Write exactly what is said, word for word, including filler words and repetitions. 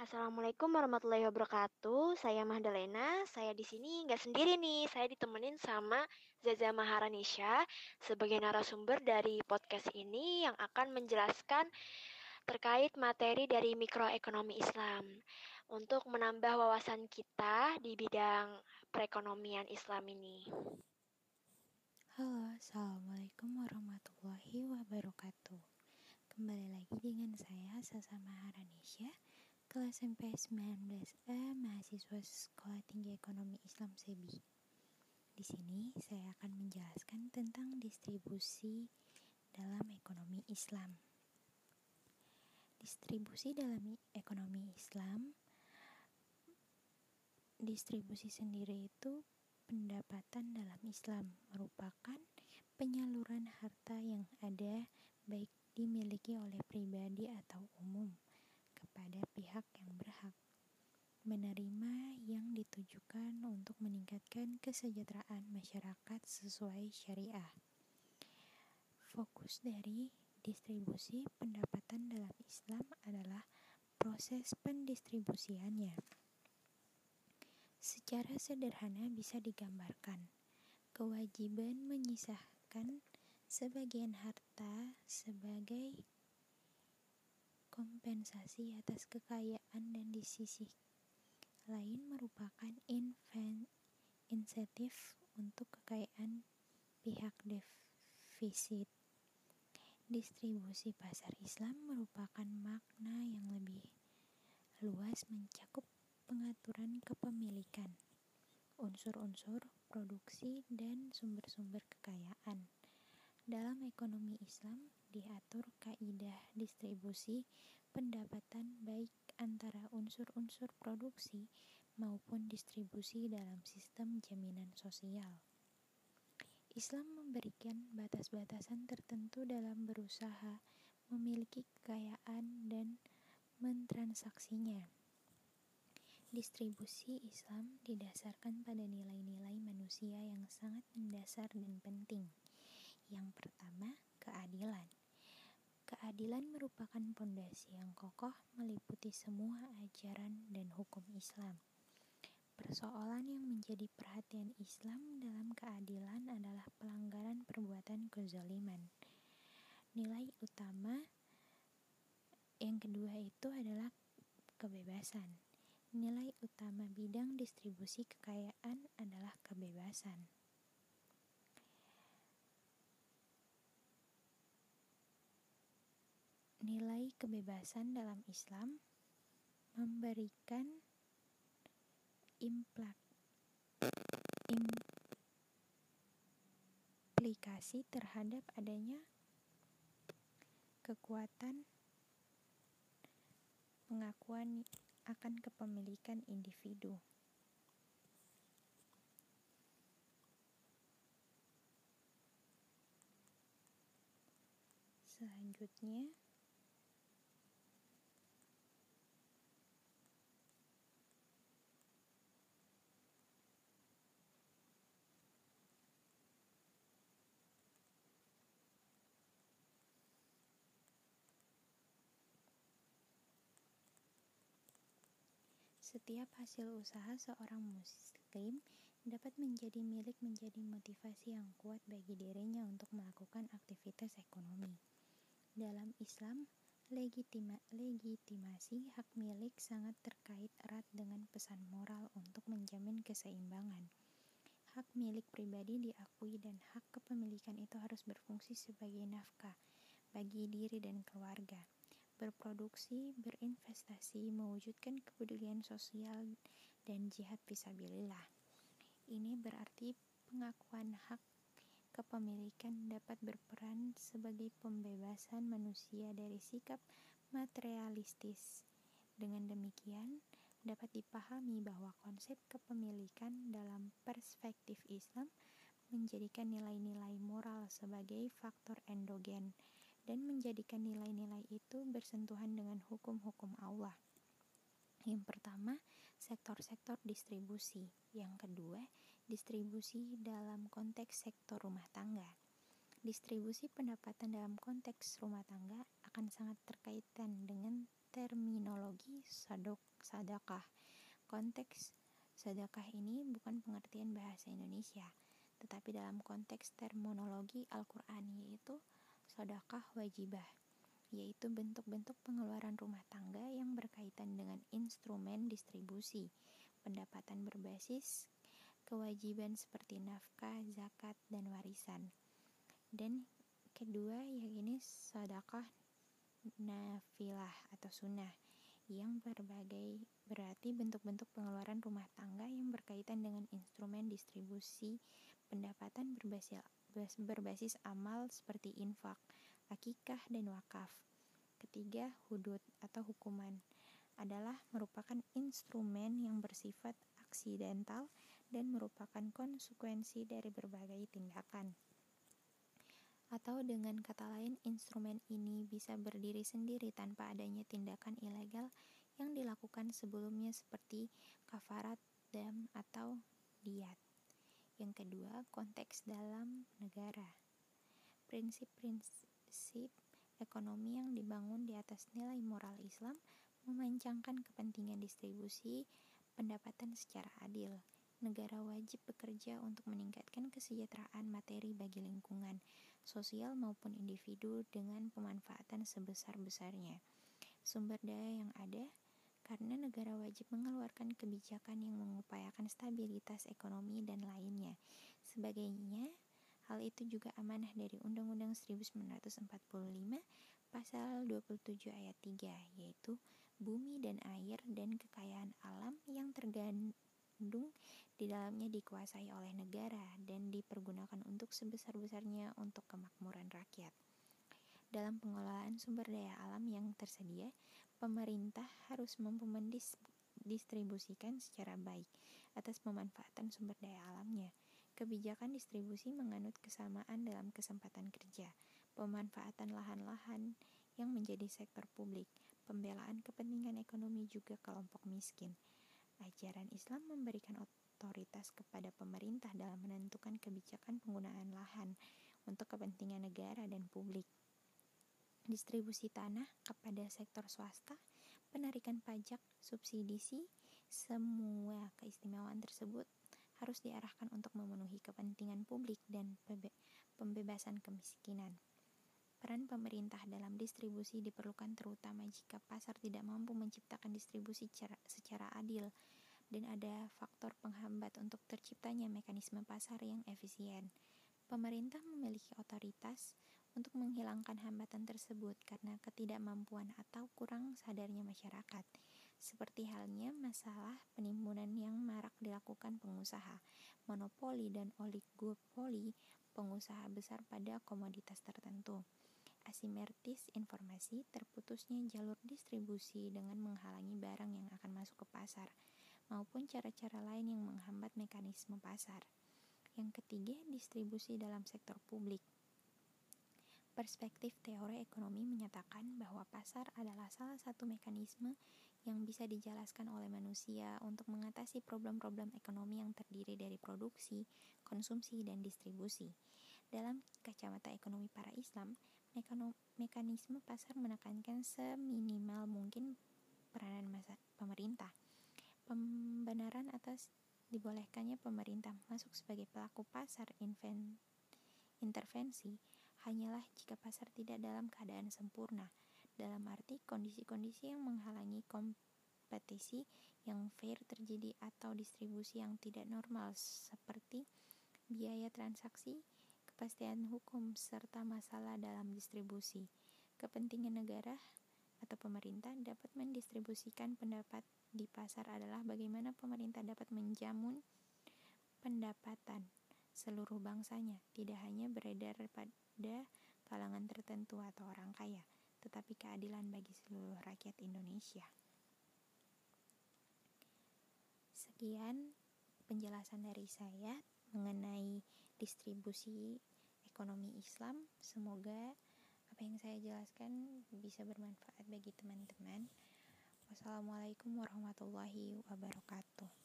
Assalamualaikum warahmatullahi wabarakatuh. Saya Mahdalena. Saya di sini nggak sendiri nih. Saya ditemenin sama Zaza Maharanisha sebagai narasumber dari podcast ini yang akan menjelaskan terkait materi dari mikroekonomi Islam untuk menambah wawasan kita di bidang perekonomian Islam ini. Halo, Assalamualaikum warahmatullahi wabarakatuh. Kembali lagi dengan saya, Sasa Maharanisha, kelas M P sembilan belas A, mahasiswa Sekolah Tinggi Ekonomi Islam SEBI. Di sini saya akan menjelaskan tentang distribusi dalam ekonomi Islam. Distribusi dalam ekonomi Islam, distribusi sendiri itu pendapatan dalam Islam merupakan penyaluran harta yang ada baik dimiliki oleh pribadi atau umum kepada pihak yang berhak menerima yang ditujukan untuk meningkatkan kesejahteraan masyarakat sesuai syariah. Fokus dari distribusi pendapatan dalam Islam adalah proses pendistribusiannya. Secara sederhana bisa digambarkan, kewajiban menyisahkan sebagian harta sebagai kompensasi atas kekayaan dan di sisi lain merupakan insentif untuk kekayaan pihak defisit. Distribusi pasar Islam merupakan makna yang lebih luas mencakup pengaturan kepemilikan, unsur-unsur produksi dan sumber-sumber kekayaan. Dalam ekonomi Islam diatur kaidah distribusi pendapatan baik antara unsur-unsur produksi maupun distribusi dalam sistem jaminan sosial. Islam memberikan batas-batasan tertentu dalam berusaha memiliki kekayaan dan mentransaksinya. Distribusi Islam didasarkan pada nilai-nilai manusia yang sangat mendasar dan penting. Yang pertama, keadilan. Keadilan merupakan pondasi yang kokoh meliputi semua ajaran dan hukum Islam. Persoalan yang menjadi perhatian Islam dalam keadilan adalah pelanggaran perbuatan kezaliman. Nilai utama yang kedua itu adalah kebebasan. Nilai utama bidang distribusi kekayaan adalah kebebasan. Nilai kebebasan dalam Islam memberikan implak, implikasi terhadap adanya kekuatan pengakuan akan kepemilikan individu. Selanjutnya, setiap hasil usaha seorang muslim dapat menjadi milik menjadi motivasi yang kuat bagi dirinya untuk melakukan aktivitas ekonomi. Dalam Islam, legitima, legitimasi hak milik sangat terkait erat dengan pesan moral untuk menjamin keseimbangan. Hak milik pribadi diakui dan hak kepemilikan itu harus berfungsi sebagai nafkah bagi diri dan keluarga. Berproduksi, berinvestasi, mewujudkan kepedulian sosial, dan jihad fisabilillah. Ini berarti pengakuan hak kepemilikan dapat berperan sebagai pembebasan manusia dari sikap materialistis. Dengan demikian, dapat dipahami bahwa konsep kepemilikan dalam perspektif Islam menjadikan nilai-nilai moral sebagai faktor endogen dan menjadikan nilai-nilai itu bersentuhan dengan hukum-hukum Allah. Yang pertama, sektor-sektor distribusi. Yang kedua, distribusi dalam konteks sektor rumah tangga. Distribusi pendapatan dalam konteks rumah tangga akan sangat terkaitan dengan terminologi sodok sedekah. Konteks sedekah ini bukan pengertian bahasa Indonesia, tetapi dalam konteks terminologi Al-Quran, yaitu sedekah wajibah, yaitu bentuk-bentuk pengeluaran rumah tangga yang berkaitan dengan instrumen distribusi pendapatan berbasis kewajiban seperti nafkah, zakat, dan warisan. Dan kedua, yakni sedekah nafilah atau sunnah, yang berbagai berarti bentuk-bentuk pengeluaran rumah tangga yang berkaitan dengan instrumen distribusi pendapatan berbasis, berbasis amal seperti infak, akikah, dan wakaf. Ketiga, hudud atau hukuman adalah merupakan instrumen yang bersifat aksidental dan merupakan konsekuensi dari berbagai tindakan. Atau dengan kata lain, instrumen ini bisa berdiri sendiri tanpa adanya tindakan ilegal yang dilakukan sebelumnya seperti kafarat dam atau diat. Yang kedua, konteks dalam negara. Prinsip-prinsip ekonomi yang dibangun di atas nilai moral Islam memancangkan kepentingan distribusi pendapatan secara adil. Negara wajib bekerja untuk meningkatkan kesejahteraan materi bagi lingkungan, sosial maupun individu dengan pemanfaatan sebesar-besarnya sumber daya yang ada, karena negara wajib mengeluarkan kebijakan yang mengupayakan stabilitas ekonomi dan lainnya. Sebagainya, hal itu juga amanah dari Undang-Undang seribu sembilan ratus empat puluh lima Pasal dua puluh tujuh ayat tiga, yaitu bumi dan air dan kekayaan alam yang tergandung di dalamnya dikuasai oleh negara dan dipergunakan untuk sebesar-besarnya untuk kemakmuran rakyat. Dalam pengelolaan sumber daya alam yang tersedia, pemerintah harus mampu mendistribusikan secara baik atas pemanfaatan sumber daya alamnya. Kebijakan distribusi menganut kesamaan dalam kesempatan kerja, pemanfaatan lahan-lahan yang menjadi sektor publik, pembelaan kepentingan ekonomi juga kelompok miskin. Ajaran Islam memberikan otoritas kepada pemerintah dalam menentukan kebijakan penggunaan lahan untuk kepentingan negara dan publik. Distribusi tanah kepada sektor swasta, penarikan pajak, subsidi, semua keistimewaan tersebut harus diarahkan untuk memenuhi kepentingan publik dan pembebasan kemiskinan. Peran pemerintah dalam distribusi diperlukan terutama jika pasar tidak mampu menciptakan distribusi secara, secara adil dan ada faktor penghambat untuk terciptanya mekanisme pasar yang efisien. Pemerintah memiliki otoritas untuk menghilangkan hambatan tersebut karena ketidakmampuan atau kurang sadarnya masyarakat. Seperti halnya masalah penimbunan yang marak dilakukan pengusaha, monopoli dan oligopoli pengusaha besar pada komoditas tertentu. Asimetris informasi, terputusnya jalur distribusi dengan menghalangi barang yang akan masuk ke pasar, maupun cara-cara lain yang menghambat mekanisme pasar. Yang ketiga, distribusi dalam sektor publik. Perspektif teori ekonomi menyatakan bahwa pasar adalah salah satu mekanisme yang bisa dijelaskan oleh manusia untuk mengatasi problem-problem ekonomi yang terdiri dari produksi, konsumsi, dan distribusi. Dalam kacamata ekonomi para Islam, mekanisme pasar menekankan seminimal mungkin peranan masa pemerintah. Pembenaran atas dibolehkannya pemerintah masuk sebagai pelaku pasar inven, intervensi hanyalah jika pasar tidak dalam keadaan sempurna, dalam arti kondisi-kondisi yang menghalangi kompetisi yang fair terjadi atau distribusi yang tidak normal seperti biaya transaksi, kepastian hukum, serta masalah dalam distribusi. Kepentingan negara atau pemerintah dapat mendistribusikan pendapat di pasar adalah bagaimana pemerintah dapat menjamin pendapatan seluruh bangsanya tidak hanya beredar pada kalangan tertentu atau orang kaya, tetapi keadilan bagi seluruh rakyat Indonesia. Sekian penjelasan dari saya mengenai distribusi ekonomi Islam. Semoga apa yang saya jelaskan bisa bermanfaat bagi teman-teman. Wassalamualaikum warahmatullahi wabarakatuh.